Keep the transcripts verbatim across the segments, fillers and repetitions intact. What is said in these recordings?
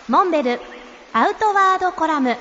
モンベルアウトワードコラム。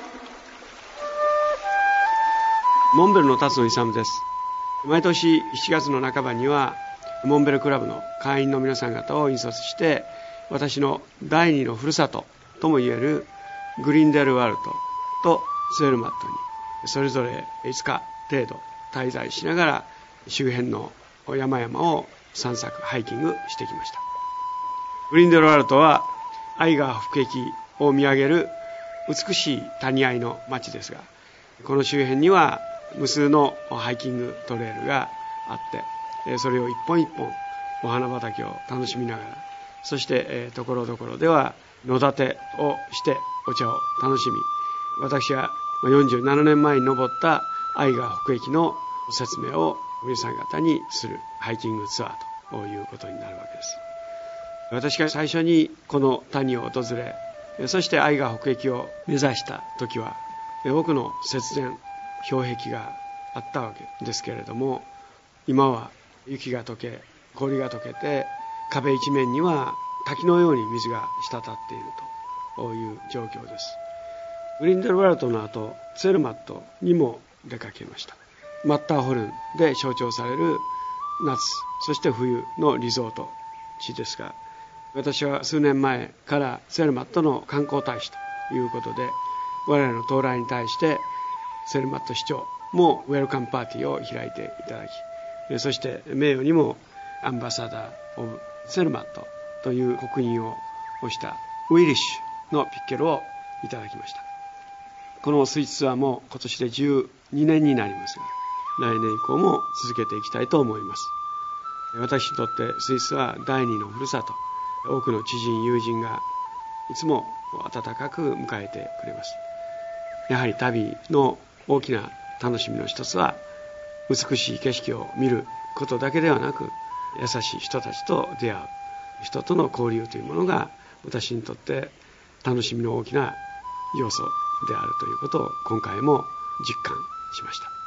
モンベルの辰野勇です。毎年しちがつの半ばにはモンベルクラブの会員の皆さん方を引率して、私の第二のふるさととも言えるグリンデルワルトとツェルマットにそれぞれいつか程度滞在しながら周辺の山々を散策ハイキングしてきました。グリンデルワルトはアイガー北壁を見上げる美しい谷合の町ですが、この周辺には無数のハイキングトレイルがあって、それを一本一本お花畑を楽しみながら、そしてところどころでは野立てをしてお茶を楽しみ、私はよんじゅうななねんまえに登ったアイガー北壁の説明を皆さん方にするハイキングツアーということになるわけです。私が最初にこの谷を訪れ、そしてアイガー北壁を目指した時は多くの雪原氷壁があったわけですけれども、今は雪が溶け氷が溶けて壁一面には滝のように水が滴っているという状況です。グリンデルワルトの後、ツェルマットにも出かけました。マッターホルンで象徴される夏そして冬のリゾート地ですが、私は数年前からツェルマットの観光大使ということで、我々の到来に対してツェルマット市長もウェルカムパーティーを開いていただき、そして名誉にもアンバサダー・オブ・ツェルマットという刻印を押したウィリッシュのピッケルをいただきました。このスイスツアーも今年でじゅうにねんになりますが、来年以降も続けていきたいと思います。私にとってスイスは第二のふるさと、多くの知人友人がいつも温かく迎えてくれます。やはり旅の大きな楽しみの一つは、美しい景色を見ることだけではなく、優しい人たちと出会う、人との交流というものが私にとって楽しみの大きな要素であるということを今回も実感しました。